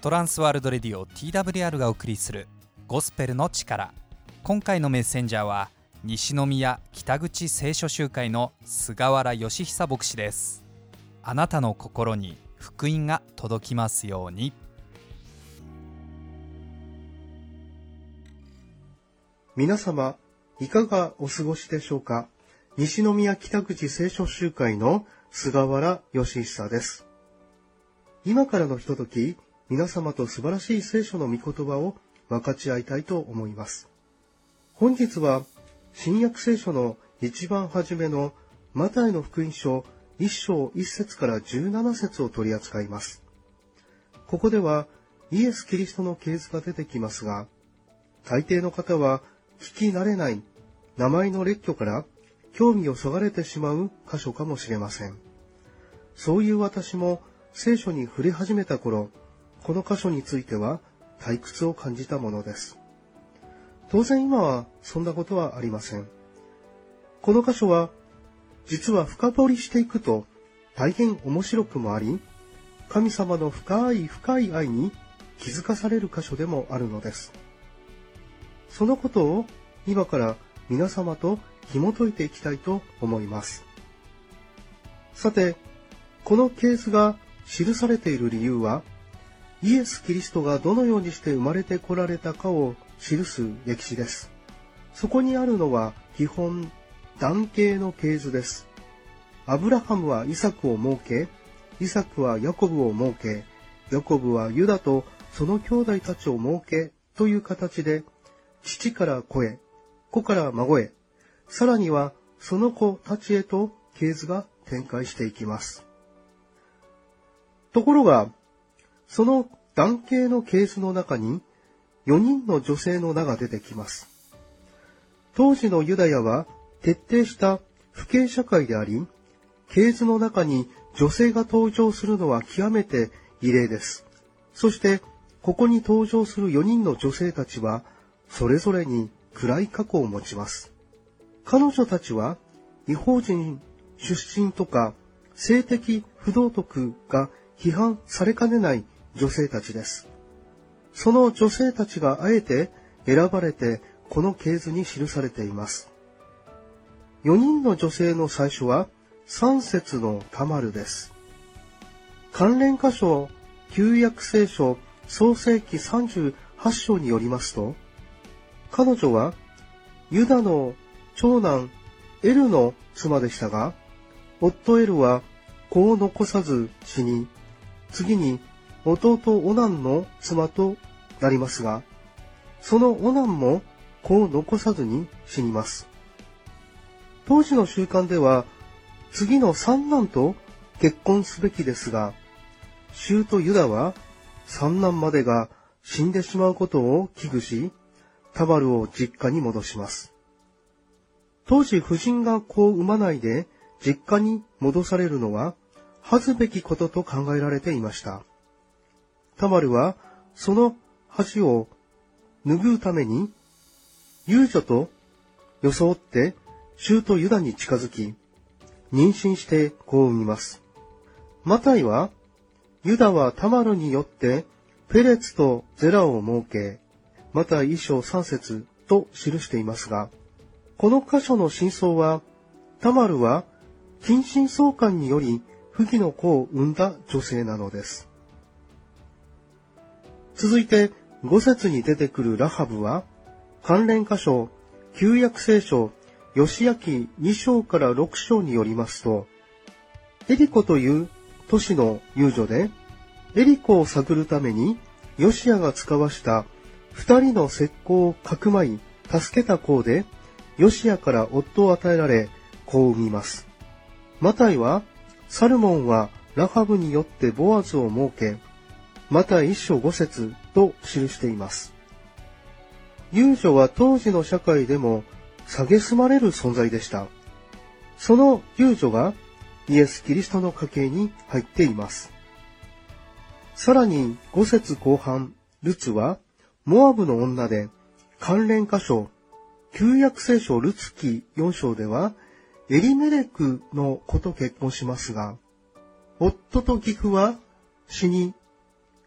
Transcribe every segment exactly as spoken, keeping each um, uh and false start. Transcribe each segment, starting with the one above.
トランスワールドレディオ ティーダブリューアール がお送りするゴスペルの力。今回のメッセンジャーは西宮北口聖書集会の菅原義久牧師です。あなたの心に福音が届きますように。 皆様いかがお過ごしでしょうか。西宮北口聖書集会の菅原義久です。今からのひととき、皆様と素晴らしい聖書の御言葉を分かち合いたいと思います。本日は新約聖書の一番初めのマタイの福音書いっ章いっ節からじゅうなな節を取り扱います。ここではイエス・キリストの系図が出てきますが、大抵の方は聞き慣れない名前の列挙から興味をそがれてしまう箇所かもしれません。そういう私も聖書に触れ始めた頃、この箇所については退屈を感じたものです。当然今はそんなことはありません。この箇所は実は深掘りしていくと大変面白くもあり、神様の深い深い愛に気づかされる箇所でもあるのです。そのことを今から皆様と紐解いていきたいと思います。さて、この系図が記されている理由は、イエス・キリストがどのようにして生まれてこられたかを記す歴史です。そこにあるのは基本、男系の系図です。アブラハムはイサクを設け、イサクはヤコブを設け、ヤコブはユダとその兄弟たちを設けという形で、父から子へ、子から孫へ、さらにはその子たちへと系図が展開していきます。ところが、その男系の系図の中によにんの女性の名が出てきます。当時のユダヤは徹底した父系社会であり、系図の中に女性が登場するのは極めて異例です。そして、ここに登場するよにんの女性たちは、それぞれに暗い過去を持ちます。彼女たちは、異邦人出身とか、性的不道徳が批判されかねない女性たちです。その女性たちがあえて選ばれてこの系図に記されています。よにんの女性の最初はさん節のタマルです。関連箇所旧約聖書創世記さんじゅうはち章によりますと、彼女はユダの長男エルの妻でしたが、夫エルは子を残さず死に、次に弟オナンの妻となりますが、そのオナンも子を残さずに死にます。当時の習慣では、次の三男と結婚すべきですが、舅ユダは三男までが死んでしまうことを危惧し、タマルを実家に戻します。当時夫人が子を産まないで実家に戻されるのは恥ずべきことと考えられていました。タマルはその恥を拭うために遊女と装って舅ユダに近づき、妊娠して子を産みます。マタイはユダはタマルによってペレツとゼラを設け、マタイいっ章さん節と記していますが、この箇所の真相は、タマルは近親相関により不義の子を産んだ女性なのです。続いてご節に出てくるラハブは、関連箇所旧約聖書ヨシヤ記に章からろく章によりますと、エリコという都市の遊女で、エリコを探るためにヨシヤが使わした二人の石膏をかくまい助けた子で、ヨシヤから夫を与えられ子を産みます。マタイはサルモンはラハブによってボアズを設け、マタイいっ章ご節と記しています。遊女は当時の社会でも蔑まれる存在でした。その遊女がイエス・キリストの家系に入っています。さらにご節後半、ルツはモアブの女で、関連箇所旧約聖書ルツ記よん章ではエリメレクの子と結婚しますが、夫と義父は死に、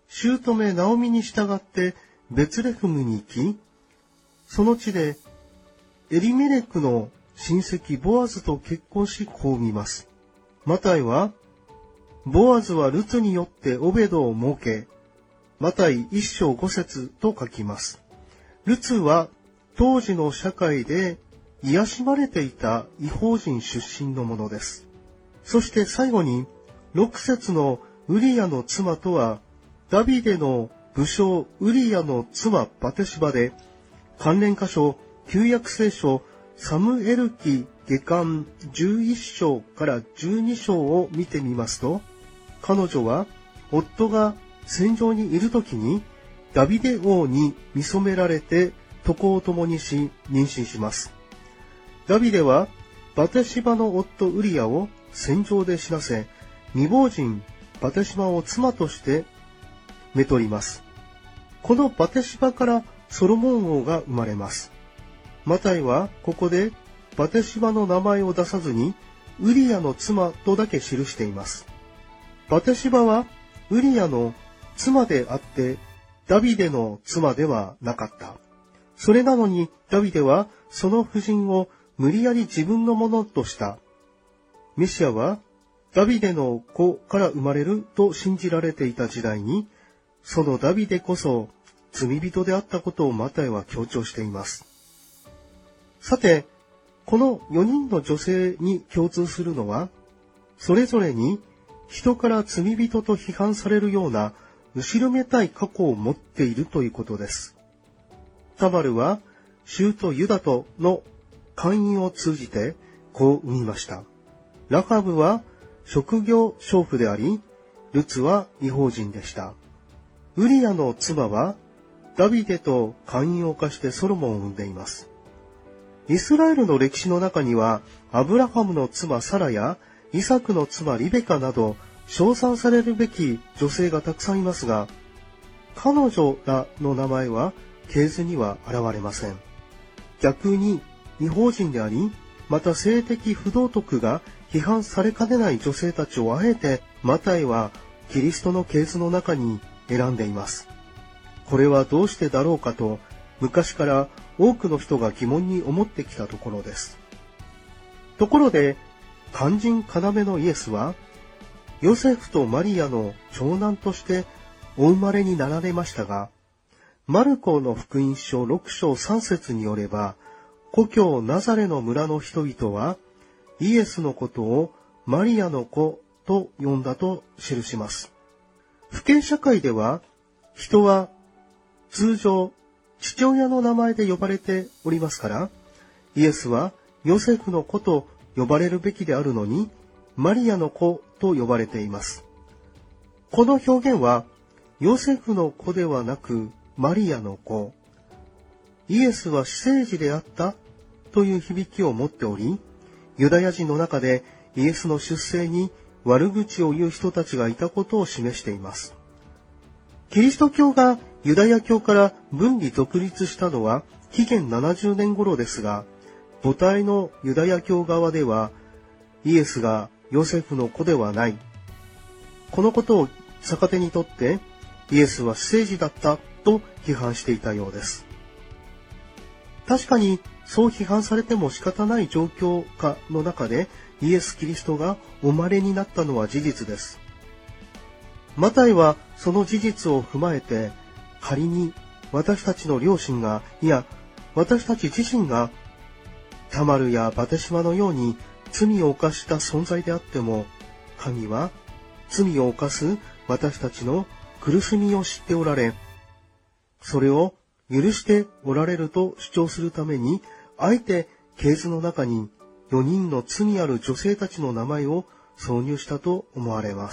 姑ナオミに従ってベツレフムに行き、その地でエリメレクの親戚ボアズと結婚し子を産みます。マタイは、ボアズはルツによってオベドを設け、マタイ一章五節と書きます。ルツは当時の社会で癒しまれていた異邦人出身のものです。そして最後に六節のウリヤの妻とは、ダビデの武将ウリヤの妻バテシバで、関連箇所旧約聖書サムエル記下巻じゅういっ章からじゅうに章を見てみますと、彼女は夫が戦場にいるときにダビデ王に見初められて床を共にし妊娠します。ダビデはバテシバの夫ウリヤを戦場で死なせ、未亡人バテシバを妻としてめとります。このバテシバからソロモン王が生まれます。マタイはここでバテシバの名前を出さずにウリヤの妻とだけ記しています。バテシバはウリヤの妻であってダビデの妻ではなかった。それなのにダビデはその婦人を無理やり自分のものとした。メシアはダビデの子から生まれると信じられていた時代に、そのダビデこそ罪人であったことをマタイは強調しています。さて、このよにんの女性に共通するのは、それぞれに人から罪人と批判されるような後ろめたい過去を持っているということです。タマルは舅ユダとの姦淫を通じて子を産みました。ラハブは職業娼婦であり、ルツは異邦人でした。ウリヤの妻はダビデと姦淫を犯してソロモンを産んでいます。イスラエルの歴史の中には、アブラハムの妻サラやイサクの妻リベカなど、称賛されるべき女性がたくさんいますが、彼女らの名前は系図には現れません。逆に異邦人であり、また性的不道徳が批判されかねない女性たちをあえてマタイはキリストの系図の中に選んでいます。これはどうしてだろうかと昔から多くの人が疑問に思ってきたところです。ところで肝心要のイエスはヨセフとマリアの長男としてお生まれになられましたが、マルコの福音書ろく章さん節によれば、故郷ナザレの村の人々はイエスのことをマリアの子と呼んだと記します。父系社会では人は通常父親の名前で呼ばれておりますから、イエスはヨセフの子と呼ばれるべきであるのに、マリアの子と呼ばれています。この表現はヨセフの子ではなくマリアの子。イエスは私生児であったという響きを持っており、ユダヤ人の中でイエスの出生に悪口を言う人たちがいたことを示しています。キリスト教がユダヤ教から分離独立したのは紀元ななじゅうねん頃ですが、母体のユダヤ教側ではイエスがヨセフの子ではない。このことを逆手にとってイエスは私生児だったと批判していたようです。確かにそう批判されても仕方ない状況下の中でイエス・キリストがお生まれになったのは事実です。マタイはその事実を踏まえて、仮に私たちの両親が、いや私たち自身がタマルやバテシマのように罪を犯した存在であっても、神は罪を犯す私たちの苦しみを知っておられ、それを許しておられると主張するために、あえて系図の中によにんの罪ある女性たちの名前を挿入したと思われます。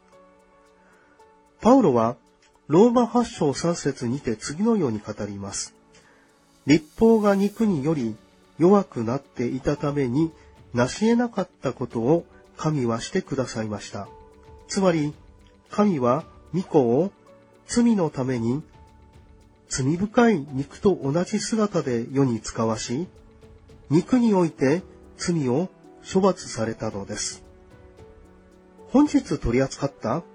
パウロはローマはち章さん節にて次のように語ります。律法が肉により弱くなっていたために成し得なかったことを神はしてくださいました。つまり神は御子を罪のために罪深い肉と同じ姿で世に使わし、肉において罪を処罰されたのです。本日取り扱った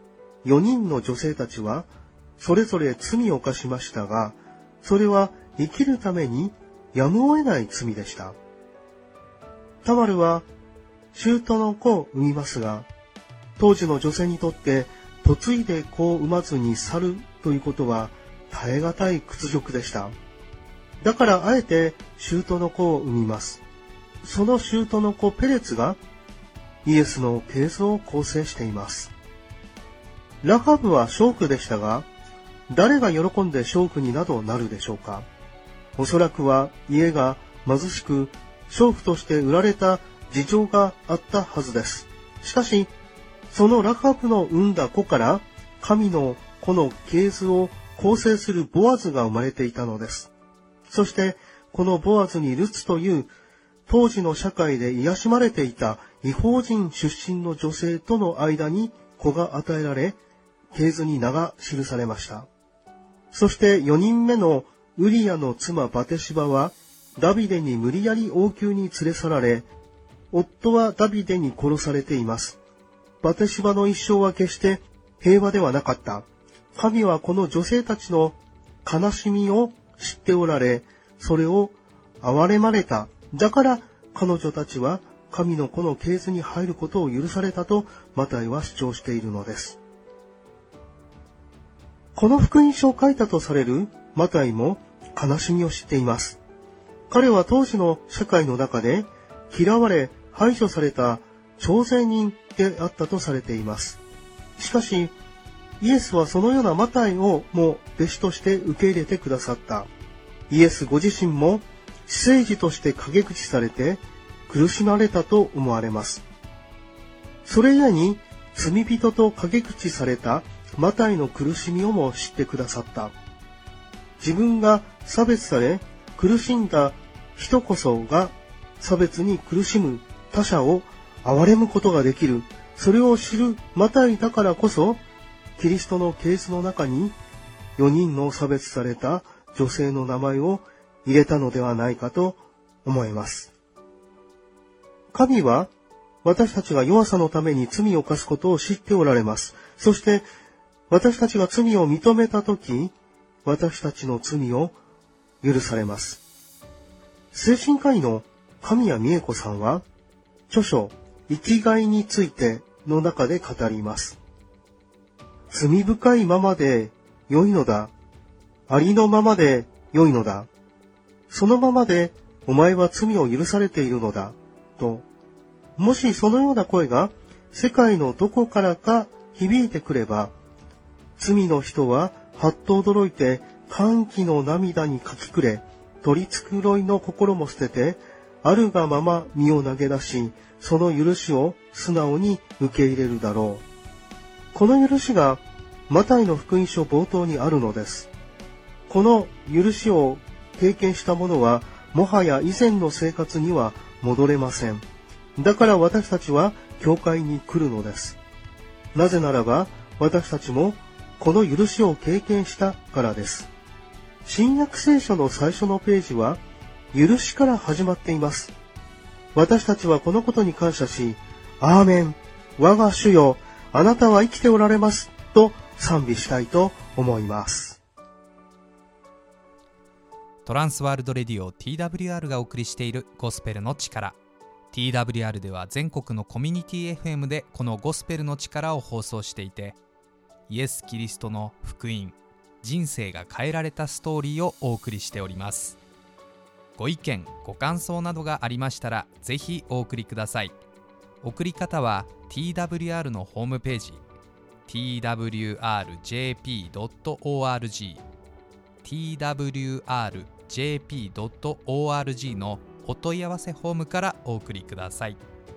よにんの女性たちはそれぞれ罪を犯しましたが、それは生きるためにやむを得ない罪でした。タマルは舅の子を産みますが、当時の女性にとって嫁いで子を産まずに去るということは耐え難い屈辱でした。だからあえて舅の子を産みます。その舅の子ペレツがイエスの系図を構成しています。ラハブは娼婦でしたが、誰が喜んで娼婦になどなるでしょうか。おそらくは家が貧しく娼婦として売られた事情があったはずです。しかし、そのラハブの産んだ子から神の子の系図を構成するボアズが生まれていたのです。そしてこのボアズにルツという当時の社会で癒しまれていた異邦人出身の女性との間に子が与えられ、系図に名が記されました。そしてよにんめのウリヤの妻バテシバはダビデに無理やり王宮に連れ去られ、夫はダビデに殺されています。バテシバの一生は決して平和ではなかった。神はこの女性たちの悲しみを知っておられ、それを憐れまれた。だから彼女たちは神の子の系図に入ることを許されたとマタイは主張しているのです。この福音書を書いたとされるマタイも悲しみを知っています。彼は当時の社会の中で嫌われ排除された徴税人であったとされています。しかし、イエスはそのようなマタイをも弟子として受け入れてくださった。イエスご自身も私生児として陰口されて苦しまれたと思われます。それゆえに罪人と陰口されたマタイの苦しみをも知ってくださった。自分が差別され苦しんだ人こそが差別に苦しむ他者を憐れむことができる。それを知るマタイだからこそ、キリストの系図の中によにんの差別された女性の名前を入れたのではないかと思います。神は私たちが弱さのために罪を犯すことを知っておられます。そして私たちが罪を認めたとき、私たちの罪を許されます。精神科医の神谷美恵子さんは、著書生きがいについての中で語ります。罪深いままで良いのだ。ありのままで良いのだ。そのままでお前は罪を許されているのだ。と、もしそのような声が世界のどこからか響いてくれば、罪の人ははっと驚いて歓喜の涙にかきくれ、取り繕いの心も捨てて、あるがまま身を投げ出し、その許しを素直に受け入れるだろう。この許しがマタイの福音書冒頭にあるのです。この許しを経験した者は、もはや以前の生活には戻れません。だから私たちは教会に来るのです。なぜならば、私たちもこの許しを経験したからです。新約聖書の最初のページは、許しから始まっています。私たちはこのことに感謝し、アーメン、我が主よ、あなたは生きておられます、と賛美したいと思います。 トランスワールドレディオ ティーダブリューアール がお送りしているゴスペルの力。ティーダブリューアール では全国のコミュニティ エフエム でこのゴスペルの力を放送していて、イエス・キリストの福音、人生が変えられたストーリーをお送りしております。ご意見、ご感想などがありましたら、ぜひお送りください。送り方は ティーダブリューアール のホームページ、ティーダブリューアールジェーピードットオーアールジー、ティーダブリューアールジェーピードットオーアールジー のお問い合わせフォームからお送りください。